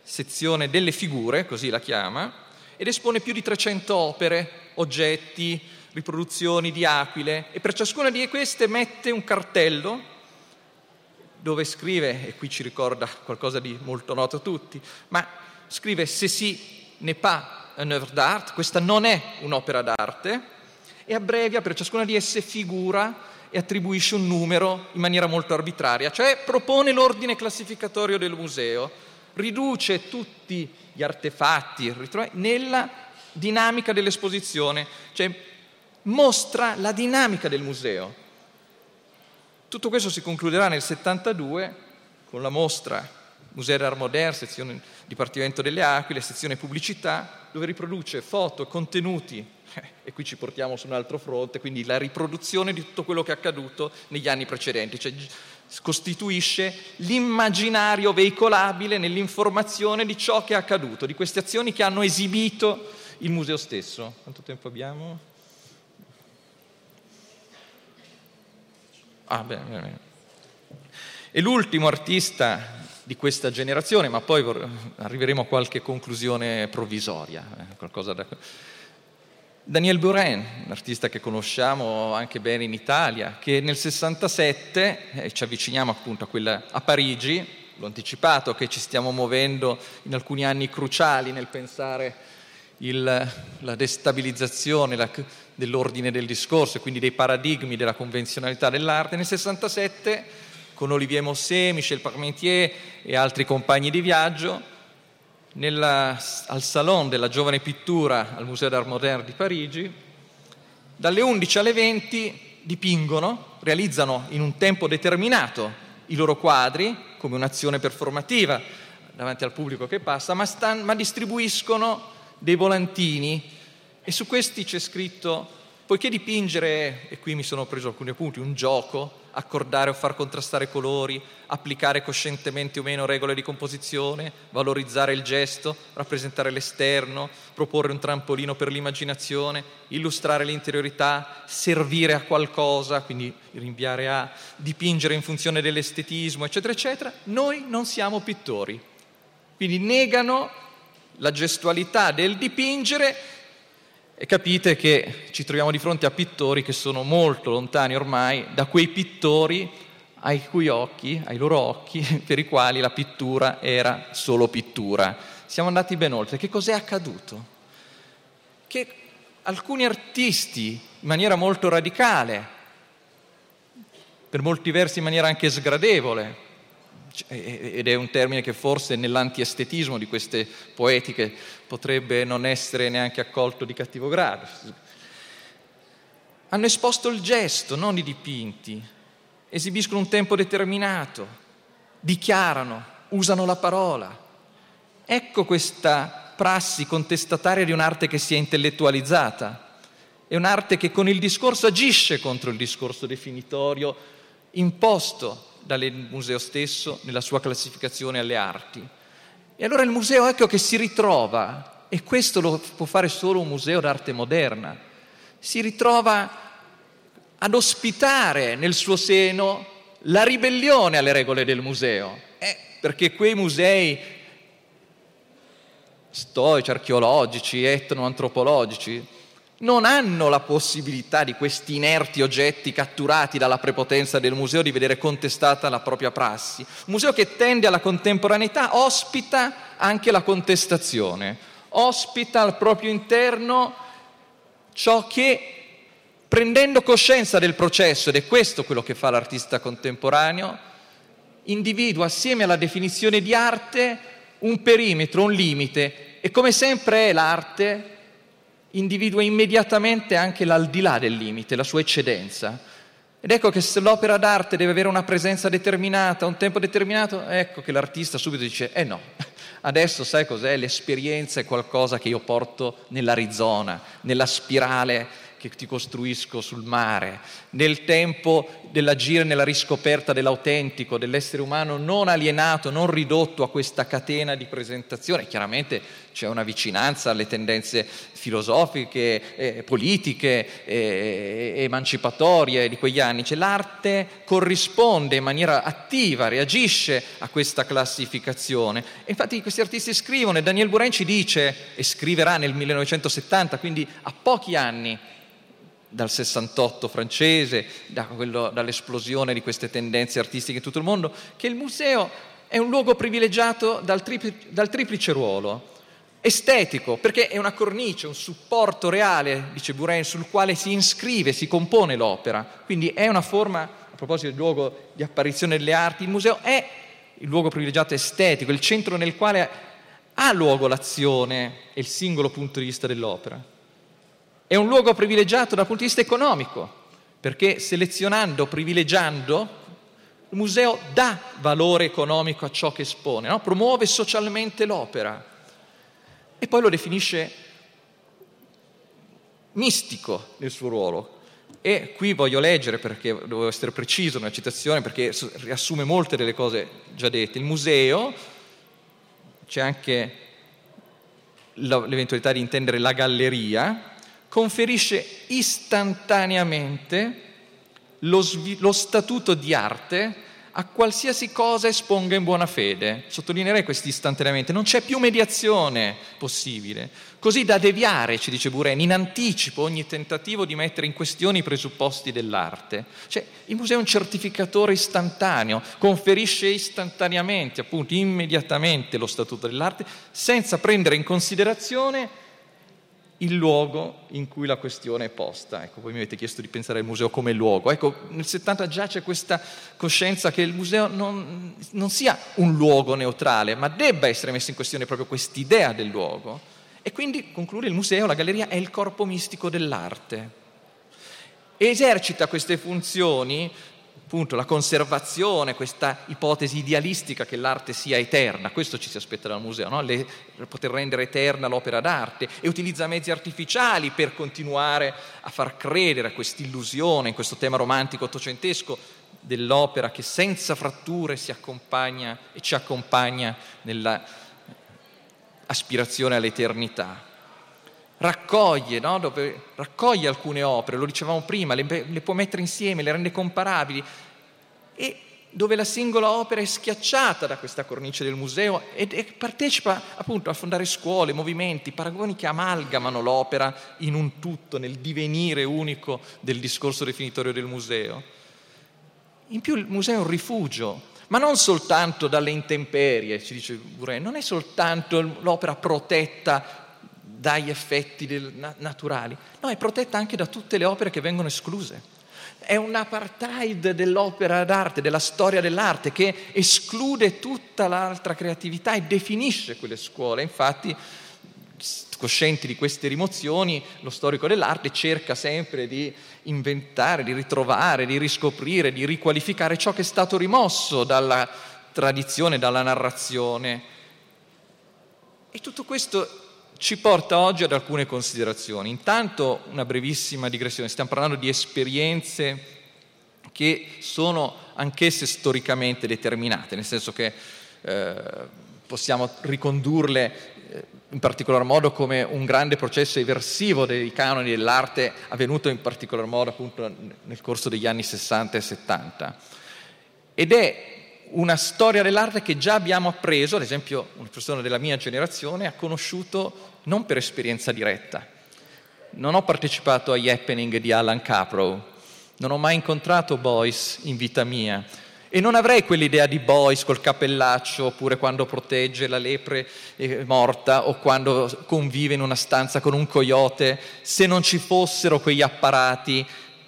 sezione delle figure, così la chiama, ed espone più di trecento opere, oggetti, riproduzioni di aquile, e per ciascuna di queste mette un cartello dove scrive, e qui ci ricorda qualcosa di molto noto a tutti, ma scrive «Ceci n'est pas une œuvre d'art», questa non è un'opera d'arte, e abbrevia per ciascuna di esse figura e attribuisce un numero in maniera molto arbitraria, cioè propone l'ordine classificatorio del museo, riduce tutti gli artefatti nella dinamica dell'esposizione, cioè mostra la dinamica del museo. Tutto questo si concluderà nel settantadue con la mostra Musée d'Art Moderne, sezione Dipartimento delle Aquile, sezione Pubblicità, dove riproduce foto e contenuti, e qui ci portiamo su un altro fronte, quindi la riproduzione di tutto quello che è accaduto negli anni precedenti, cioè costituisce l'immaginario veicolabile nell'informazione di ciò che è accaduto, di queste azioni che hanno esibito il museo stesso. Quanto tempo abbiamo? Ah, bene, bene, bene. E l'ultimo artista di questa generazione, ma poi vor- arriveremo a qualche conclusione provvisoria, eh, qualcosa da... Daniel Buren, un artista che conosciamo anche bene in Italia, che nel sessantasette, eh, ci avviciniamo appunto a quella a Parigi, l'ho anticipato che ci stiamo muovendo in alcuni anni cruciali nel pensare il, la destabilizzazione la, dell'ordine del discorso e quindi dei paradigmi della convenzionalità dell'arte. Nel sessantasette, con Olivier Mosset, Michel Parmentier e altri compagni di viaggio, Nella, al Salon della Giovane Pittura al Musée d'Art Moderne di Parigi, dalle undici alle venti dipingono, realizzano in un tempo determinato i loro quadri come un'azione performativa davanti al pubblico che passa, ma, stan, ma distribuiscono dei volantini e su questi c'è scritto: poiché dipingere, e qui mi sono preso alcuni appunti, un gioco, accordare o far contrastare colori, applicare coscientemente o meno regole di composizione, valorizzare il gesto, rappresentare l'esterno, proporre un trampolino per l'immaginazione, illustrare l'interiorità, servire a qualcosa, quindi rinviare a, dipingere in funzione dell'estetismo, eccetera, eccetera, noi non siamo pittori. Quindi negano la gestualità del dipingere. E capite che ci troviamo di fronte a pittori che sono molto lontani ormai da quei pittori ai cui occhi, ai loro occhi, per i quali la pittura era solo pittura. Siamo andati ben oltre. Che cos'è accaduto? Che alcuni artisti, in maniera molto radicale, per molti versi in maniera anche sgradevole, ed è un termine che forse nell'antiestetismo di queste poetiche potrebbe non essere neanche accolto di cattivo grado, hanno esposto il gesto, non i dipinti, esibiscono un tempo determinato, dichiarano, usano la parola. Ecco questa prassi contestataria di un'arte che si è intellettualizzata, è un'arte che con il discorso agisce contro il discorso definitorio imposto dal museo stesso nella sua classificazione alle arti. E allora il museo, ecco che si ritrova, e questo lo può fare solo un museo d'arte moderna, si ritrova ad ospitare nel suo seno la ribellione alle regole del museo, eh, perché quei musei storici, archeologici, etnoantropologici non hanno la possibilità di questi inerti oggetti catturati dalla prepotenza del museo di vedere contestata la propria prassi. Un museo che tende alla contemporaneità ospita anche la contestazione, ospita al proprio interno ciò che, prendendo coscienza del processo, ed è questo quello che fa l'artista contemporaneo, individua assieme alla definizione di arte un perimetro, un limite, e come sempre è l'arte individua immediatamente anche l'aldilà del limite, la sua eccedenza. Ed ecco che se l'opera d'arte deve avere una presenza determinata, un tempo determinato, ecco che l'artista subito dice, eh no, adesso sai cos'è? L'esperienza è qualcosa che io porto nell'Arizona, nella spirale che ti costruisco sul mare. Nel tempo dell'agire nella riscoperta dell'autentico, dell'essere umano non alienato, non ridotto a questa catena di presentazione. Chiaramente c'è una vicinanza alle tendenze filosofiche, eh, politiche, eh, emancipatorie di quegli anni. Cioè, l'arte corrisponde in maniera attiva, reagisce a questa classificazione. E infatti questi artisti scrivono, e Daniel Buren ci dice, e scriverà nel millenovecentosettanta, quindi a pochi anni dal sessantotto francese, da quello, dall'esplosione di queste tendenze artistiche in tutto il mondo, che il museo è un luogo privilegiato dal, tripli, dal triplice ruolo. Estetico, perché è una cornice, un supporto reale, dice Buren, sul quale si iscrive, si compone l'opera. Quindi è una forma, a proposito del luogo di apparizione delle arti, il museo è il luogo privilegiato estetico, il centro nel quale ha luogo l'azione e il singolo punto di vista dell'opera. È un luogo privilegiato dal punto di vista economico, perché selezionando, privilegiando, il museo dà valore economico a ciò che espone, no? Promuove socialmente l'opera e poi lo definisce mistico nel suo ruolo. E qui voglio leggere, perché devo essere preciso nella citazione, perché riassume molte delle cose già dette. Il museo, c'è anche l'eventualità di intendere la galleria, conferisce istantaneamente lo, svi- lo statuto di arte a qualsiasi cosa esponga in buona fede. Sottolineerei questo istantaneamente. Non c'è più mediazione possibile. Così da deviare, ci dice Buren, in anticipo ogni tentativo di mettere in questione i presupposti dell'arte. Cioè, il museo è un certificatore istantaneo, conferisce istantaneamente, appunto, immediatamente lo statuto dell'arte, senza prendere in considerazione il luogo in cui la questione è posta. Ecco, voi mi avete chiesto di pensare al museo come luogo. Ecco, nel settanta già c'è questa coscienza che il museo non, non sia un luogo neutrale, ma debba essere messa in questione proprio quest'idea del luogo. E quindi, conclude, il museo, la galleria, è il corpo mistico dell'arte. E esercita queste funzioni, appunto, la conservazione, questa ipotesi idealistica che l'arte sia eterna. Questo ci si aspetta dal museo, no? Le, per poter rendere eterna l'opera d'arte, e utilizza mezzi artificiali per continuare a far credere a quest'illusione, in questo tema romantico ottocentesco dell'opera che senza fratture si accompagna e ci accompagna nella aspirazione all'eternità. Raccoglie, no? Dove raccoglie alcune opere, lo dicevamo prima, le, le può mettere insieme, le rende comparabili, e dove la singola opera è schiacciata da questa cornice del museo e, e partecipa appunto a fondare scuole, movimenti, paragoni che amalgamano l'opera in un tutto, nel divenire unico del discorso definitorio del museo. In più il museo è un rifugio, ma non soltanto dalle intemperie, ci dice Buren, non è soltanto l'opera protetta dagli effetti del, naturali, no, è protetta anche da tutte le opere che vengono escluse. È un apartheid dell'opera d'arte, della storia dell'arte, che esclude tutta l'altra creatività e definisce quelle scuole. Infatti, coscienti di queste rimozioni, lo storico dell'arte cerca sempre di inventare, di ritrovare, di riscoprire, di riqualificare ciò che è stato rimosso dalla tradizione, dalla narrazione. E tutto questo ci porta oggi ad alcune considerazioni. Intanto una brevissima digressione. Stiamo parlando di esperienze che sono anch'esse storicamente determinate, nel senso che eh, possiamo ricondurle in particolar modo come un grande processo eversivo dei canoni dell'arte avvenuto in particolar modo appunto nel corso degli anni sessanta e settanta. Ed è una storia dell'arte che già abbiamo appreso, ad esempio una persona della mia generazione ha conosciuto non per esperienza diretta. Non ho partecipato agli happening di Alan Caprow, non ho mai incontrato Beuys in vita mia, e non avrei quell'idea di Beuys col cappellaccio, oppure quando protegge la lepre morta, o quando convive in una stanza con un coyote, se non ci fossero quegli apparati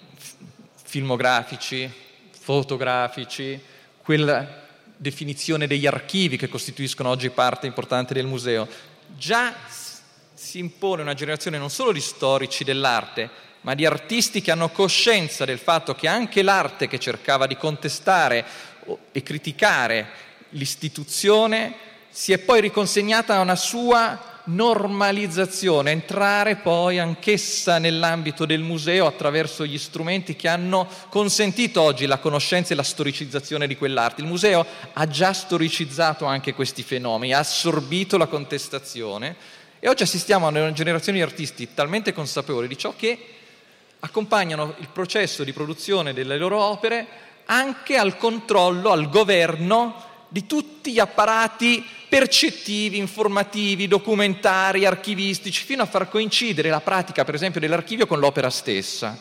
filmografici, fotografici, quella definizione degli archivi che costituiscono oggi parte importante del museo. Già si impone una generazione non solo di storici dell'arte, ma di artisti che hanno coscienza del fatto che anche l'arte che cercava di contestare e criticare l'istituzione si è poi riconsegnata a una sua normalizzazione, entrare poi anch'essa nell'ambito del museo attraverso gli strumenti che hanno consentito oggi la conoscenza e la storicizzazione di quell'arte. Il museo ha già storicizzato anche questi fenomeni, ha assorbito la contestazione e oggi assistiamo a una generazione di artisti talmente consapevoli di ciò che accompagnano il processo di produzione delle loro opere anche al controllo, al governo di tutti gli apparati percettivi, informativi, documentari, archivistici, fino a far coincidere la pratica, per esempio, dell'archivio con l'opera stessa.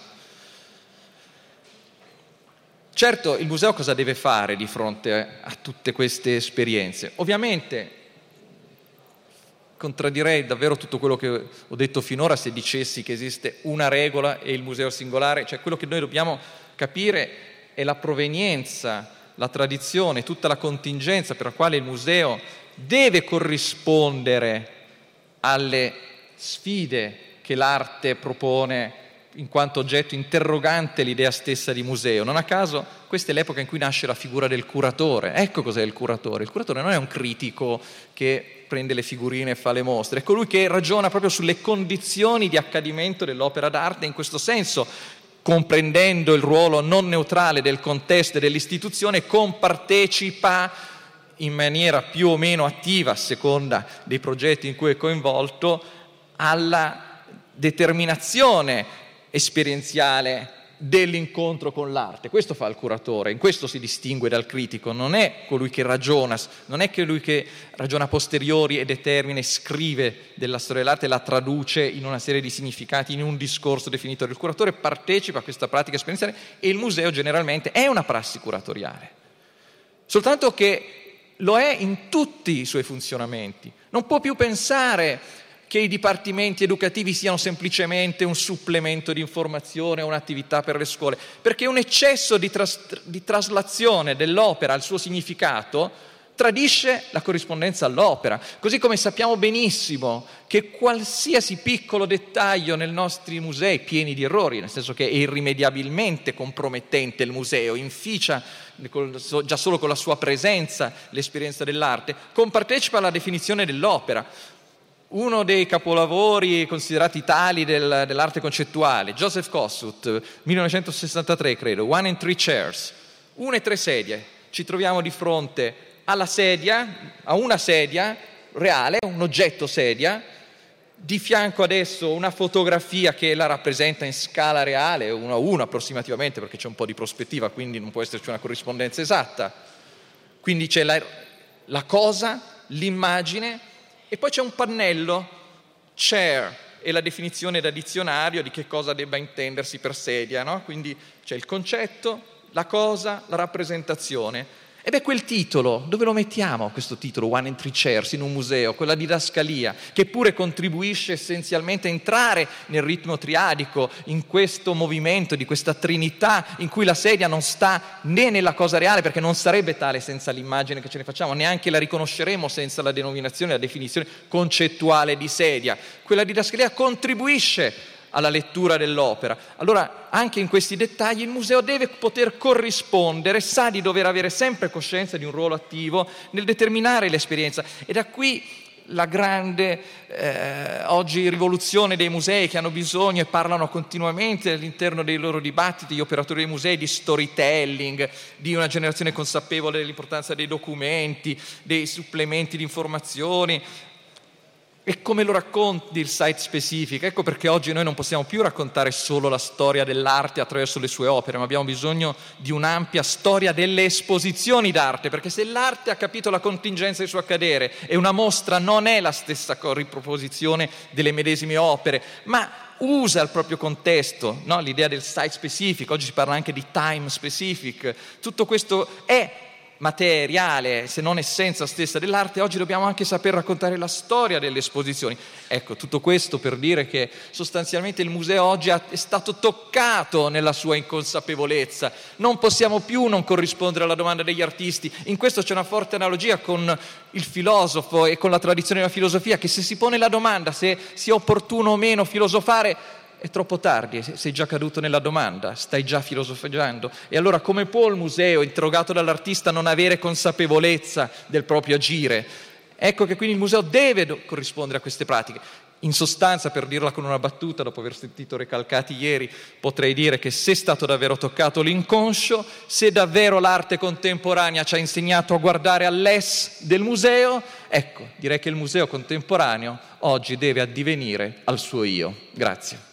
Certo, il museo cosa deve fare di fronte a tutte queste esperienze? Ovviamente contraddirei davvero tutto quello che ho detto finora se dicessi che esiste una regola e il museo singolare, cioè quello che noi dobbiamo capire è la provenienza, la tradizione, tutta la contingenza per la quale il museo deve corrispondere alle sfide che l'arte propone in quanto oggetto interrogante l'idea stessa di museo. Non a caso questa è l'epoca in cui nasce la figura del curatore. Ecco cos'è il curatore. Il curatore non è un critico che prende le figurine e fa le mostre, è colui che ragiona proprio sulle condizioni di accadimento dell'opera d'arte. In questo senso, comprendendo il ruolo non neutrale del contesto e dell'istituzione, compartecipa in maniera più o meno attiva, a seconda dei progetti in cui è coinvolto, alla determinazione esperienziale dell'incontro con l'arte. Questo fa il curatore, in questo si distingue dal critico. Non è colui che ragiona, non è colui che ragiona a posteriori e determina e scrive della storia dell'arte e la traduce in una serie di significati, in un discorso definito. Il curatore partecipa a questa pratica esperienziale e il museo generalmente è una prassi curatoriale, soltanto che lo è in tutti i suoi funzionamenti. Non può più pensare che i dipartimenti educativi siano semplicemente un supplemento di informazione o un'attività per le scuole, perché un eccesso di, tras- di traslazione dell'opera al suo significato tradisce la corrispondenza all'opera, così come sappiamo benissimo che qualsiasi piccolo dettaglio nei nostri musei, pieni di errori, nel senso che è irrimediabilmente compromettente il museo, inficia già solo con la sua presenza l'esperienza dell'arte, compartecipa alla definizione dell'opera. Uno dei capolavori considerati tali del, dell'arte concettuale, Joseph Kossuth, millenovecentosessantatré credo, One and Three Chairs, una e tre sedie. Ci troviamo di fronte alla sedia, a una sedia reale, un oggetto sedia, di fianco adesso una fotografia che la rappresenta in scala reale, uno a uno approssimativamente, perché c'è un po' di prospettiva, quindi non può esserci una corrispondenza esatta. Quindi c'è la, la cosa, l'immagine, e poi c'è un pannello, chair, e la definizione da dizionario di che cosa debba intendersi per sedia, no? Quindi c'è il concetto, la cosa, la rappresentazione. E beh, quel titolo, dove lo mettiamo questo titolo, One and Three Chairs, in un museo, quella didascalia, che pure contribuisce essenzialmente a entrare nel ritmo triadico, in questo movimento di questa trinità in cui la sedia non sta né nella cosa reale, perché non sarebbe tale senza l'immagine che ce ne facciamo, neanche la riconosceremo senza la denominazione, la definizione concettuale di sedia. Quella didascalia contribuisce alla lettura dell'opera. Allora, anche in questi dettagli il museo deve poter corrispondere, sa di dover avere sempre coscienza di un ruolo attivo nel determinare l'esperienza. E da qui la grande eh, oggi rivoluzione dei musei, che hanno bisogno e parlano continuamente all'interno dei loro dibattiti, gli operatori dei musei, di storytelling, di una generazione consapevole dell'importanza dei documenti, dei supplementi di informazioni. E come lo racconti il site specific? Ecco perché oggi noi non possiamo più raccontare solo la storia dell'arte attraverso le sue opere, ma abbiamo bisogno di un'ampia storia delle esposizioni d'arte, perché se l'arte ha capito la contingenza del suo accadere e una mostra non è la stessa riproposizione delle medesime opere, ma usa il proprio contesto, no? L'idea del site specific, oggi si parla anche di time specific, tutto questo è materiale, se non essenza stessa dell'arte. Oggi dobbiamo anche saper raccontare la storia delle esposizioni. Ecco, tutto questo per dire che sostanzialmente il museo oggi è stato toccato nella sua inconsapevolezza. Non possiamo più non corrispondere alla domanda degli artisti. In questo c'è una forte analogia con il filosofo e con la tradizione della filosofia, che se si pone la domanda se sia opportuno o meno filosofare, è troppo tardi, sei già caduto nella domanda, stai già filosofeggiando. E allora come può il museo, interrogato dall'artista, non avere consapevolezza del proprio agire? Ecco che quindi il museo deve corrispondere a queste pratiche. In sostanza, per dirla con una battuta, dopo aver sentito Recalcati ieri, potrei dire che se è stato davvero toccato l'inconscio, se davvero l'arte contemporanea ci ha insegnato a guardare all'es del museo, ecco, direi che il museo contemporaneo oggi deve addivenire al suo io. Grazie.